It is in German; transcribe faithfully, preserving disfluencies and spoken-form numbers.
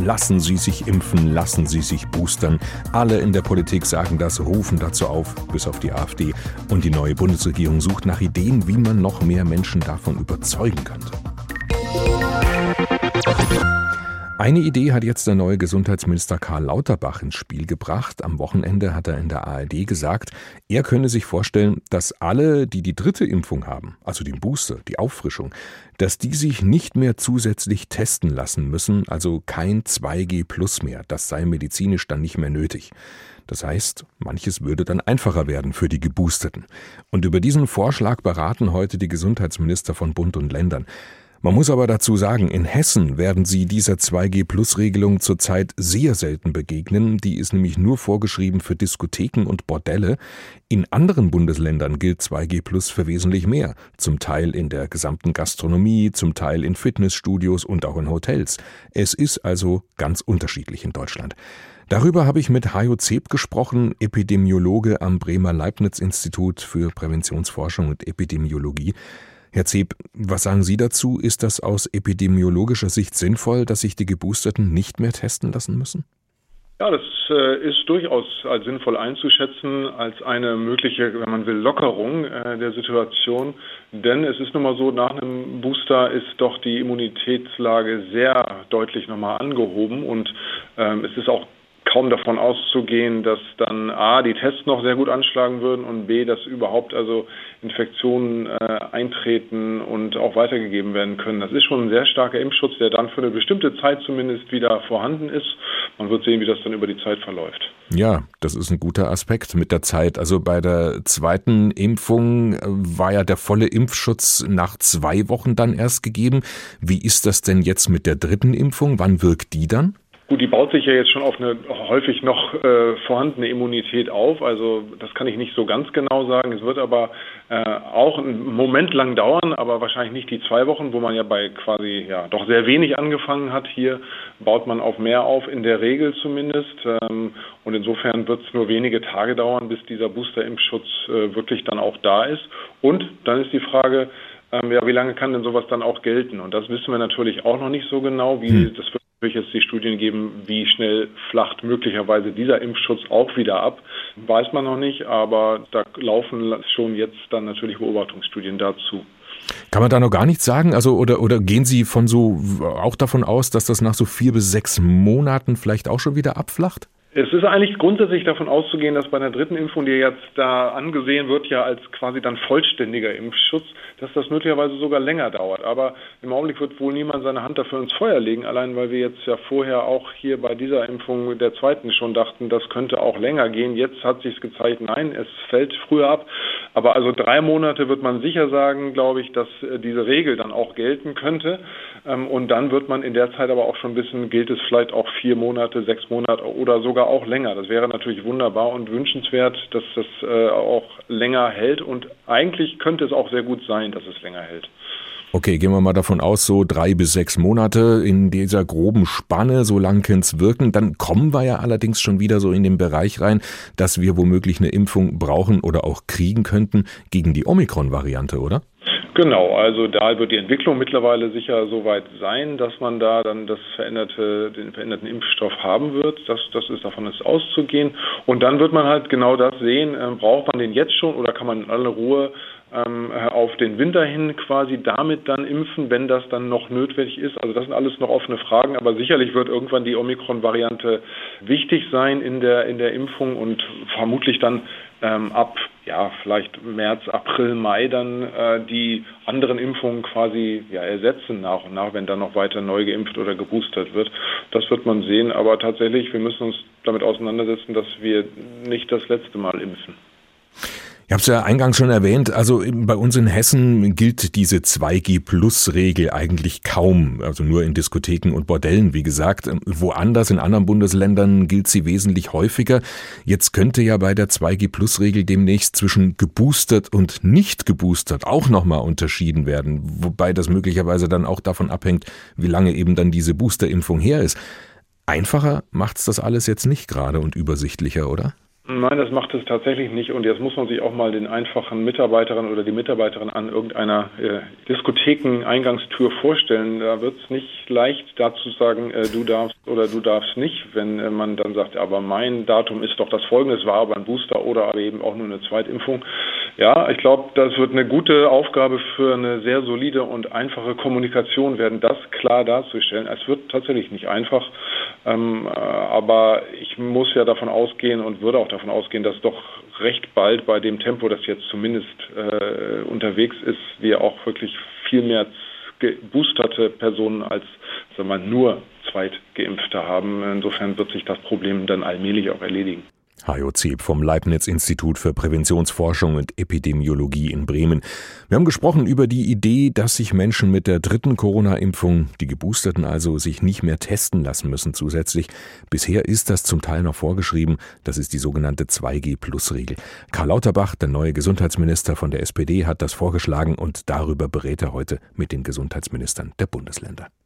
lassen Sie sich impfen, lassen Sie sich boostern. Alle in der Politik sagen das, rufen dazu auf, bis auf die AfD. Und die neue Bundesregierung sucht nach Ideen, wie man noch mehr Menschen davon überzeugen könnte. Eine Idee hat jetzt der neue Gesundheitsminister Karl Lauterbach ins Spiel gebracht. Am Wochenende hat er in der A R D gesagt, er könne sich vorstellen, dass alle, die die dritte Impfung haben, also den Booster, die Auffrischung, dass die sich nicht mehr zusätzlich testen lassen müssen, also kein zwei G plus mehr. Das sei medizinisch dann nicht mehr nötig. Das heißt, manches würde dann einfacher werden für die Geboosterten. Und über diesen Vorschlag beraten heute die Gesundheitsminister von Bund und Ländern. Man muss aber dazu sagen, in Hessen werden sie dieser zwei G plus Regelung zurzeit sehr selten begegnen. Die ist nämlich nur vorgeschrieben für Diskotheken und Bordelle. In anderen Bundesländern gilt zwei G plus für wesentlich mehr. Zum Teil in der gesamten Gastronomie, zum Teil in Fitnessstudios und auch in Hotels. Es ist also ganz unterschiedlich in Deutschland. Darüber habe ich mit Hajo Zeb gesprochen, Epidemiologe am Bremer Leibniz-Institut für Präventionsforschung und Epidemiologie. Herr Zeb, was sagen Sie dazu? Ist das aus epidemiologischer Sicht sinnvoll, dass sich die Geboosterten nicht mehr testen lassen müssen? Ja, das äh, ist durchaus als sinnvoll einzuschätzen, als eine mögliche, wenn man will, Lockerung äh, der Situation. Denn es ist nun mal so, nach einem Booster ist doch die Immunitätslage sehr deutlich nochmal angehoben und ähm, es ist auch kaum davon auszugehen, dass dann A, die Tests noch sehr gut anschlagen würden und B, dass überhaupt also Infektionen äh, eintreten und auch weitergegeben werden können. Das ist schon ein sehr starker Impfschutz, der dann für eine bestimmte Zeit zumindest wieder vorhanden ist. Man wird sehen, wie das dann über die Zeit verläuft. Ja, das ist ein guter Aspekt mit der Zeit. Also bei der zweiten Impfung war ja der volle Impfschutz nach zwei Wochen dann erst gegeben. Wie ist das denn jetzt mit der dritten Impfung? Wann wirkt die dann? Gut, die baut sich ja jetzt schon auf eine häufig noch äh, vorhandene Immunität auf. Also das kann ich nicht so ganz genau sagen. Es wird aber äh, auch einen Moment lang dauern, aber wahrscheinlich nicht die zwei Wochen, wo man ja bei quasi ja doch sehr wenig angefangen hat. Hier baut man auf mehr auf, in der Regel zumindest. Ähm, und insofern wird es nur wenige Tage dauern, bis dieser Booster-Impfschutz äh, wirklich dann auch da ist. Und dann ist die Frage, ähm, ja, wie lange kann denn sowas dann auch gelten? Und das wissen wir natürlich auch noch nicht so genau, wie hm. das wird. Jetzt die Studien geben, wie schnell flacht möglicherweise dieser Impfschutz auch wieder ab, weiß man noch nicht, aber da laufen schon jetzt dann natürlich Beobachtungsstudien dazu. Kann man da noch gar nichts sagen? Also oder oder gehen Sie von so auch davon aus, dass das nach so vier bis sechs Monaten vielleicht auch schon wieder abflacht? Es ist eigentlich grundsätzlich davon auszugehen, dass bei einer dritten Impfung, die jetzt da angesehen wird, ja als quasi dann vollständiger Impfschutz, dass das möglicherweise sogar länger dauert. Aber im Augenblick wird wohl niemand seine Hand dafür ins Feuer legen, allein weil wir jetzt ja vorher auch hier bei dieser Impfung der zweiten schon dachten, das könnte auch länger gehen. Jetzt hat sich gezeigt, nein, es fällt früher ab. Aber also drei Monate wird man sicher sagen, glaube ich, dass diese Regel dann auch gelten könnte. Und dann wird man in der Zeit aber auch schon wissen, gilt es vielleicht auch vier Monate, sechs Monate oder sogar auch länger. Das wäre natürlich wunderbar und wünschenswert, dass das äh, auch länger hält und eigentlich könnte es auch sehr gut sein, dass es länger hält. Okay, gehen wir mal davon aus, so drei bis sechs Monate in dieser groben Spanne, so lang kann es wirken. Dann kommen wir ja allerdings schon wieder so in den Bereich rein, dass wir womöglich eine Impfung brauchen oder auch kriegen könnten gegen die Omikron-Variante, oder? Genau, also da wird die Entwicklung mittlerweile sicher so weit sein, dass man da dann das veränderte, den veränderten Impfstoff haben wird. Das, das ist davon ist auszugehen. Und dann wird man halt genau das sehen, äh, braucht man den jetzt schon oder kann man in aller Ruhe ähm, auf den Winter hin quasi damit dann impfen, wenn das dann noch notwendig ist. Also das sind alles noch offene Fragen, aber sicherlich wird irgendwann die Omikron-Variante wichtig sein in der, in der Impfung und vermutlich dann ähm, ab ja vielleicht März, April, Mai dann äh, die anderen Impfungen quasi ja ersetzen nach und nach, wenn dann noch weiter neu geimpft oder geboostert wird. Das wird man sehen, aber tatsächlich, wir müssen uns damit auseinandersetzen, dass wir nicht das letzte Mal impfen. Ich habe es ja eingangs schon erwähnt, also bei uns in Hessen gilt diese zwei G Plus Regel eigentlich kaum, also nur in Diskotheken und Bordellen, wie gesagt. Woanders in anderen Bundesländern gilt sie wesentlich häufiger. Jetzt könnte ja bei der zwei G Plus Regel demnächst zwischen geboostert und nicht geboostert auch nochmal unterschieden werden, wobei das möglicherweise dann auch davon abhängt, wie lange eben dann diese Boosterimpfung her ist. Einfacher macht's das alles jetzt nicht gerade und übersichtlicher, oder? Nein, das macht es tatsächlich nicht. Und jetzt muss man sich auch mal den einfachen Mitarbeiterin oder die Mitarbeiterin an irgendeiner äh, Diskotheken-Eingangstür vorstellen. Da wird es nicht leicht, dazu sagen, äh, du darfst oder du darfst nicht, wenn äh, man dann sagt, aber mein Datum ist doch das folgende, es war aber ein Booster oder aber eben auch nur eine Zweitimpfung. Ja, ich glaube, das wird eine gute Aufgabe für eine sehr solide und einfache Kommunikation werden, das klar darzustellen. Es wird tatsächlich nicht einfach, ähm, äh, aber ich muss ja davon ausgehen und würde auch davon ausgehen, dass doch recht bald bei dem Tempo, das jetzt zumindest äh, unterwegs ist, wir auch wirklich viel mehr geboosterte Personen als, sagen wir mal, nur Zweitgeimpfte haben. Insofern wird sich das Problem dann allmählich auch erledigen. Hajo Zeb vom Leibniz-Institut für Präventionsforschung und Epidemiologie in Bremen. Wir haben gesprochen über die Idee, dass sich Menschen mit der dritten Corona-Impfung, die Geboosterten also, sich nicht mehr testen lassen müssen zusätzlich. Bisher ist das zum Teil noch vorgeschrieben. Das ist die sogenannte zwei G Plus Regel. Karl Lauterbach, der neue Gesundheitsminister von der S P D, hat das vorgeschlagen und darüber berät er heute mit den Gesundheitsministern der Bundesländer.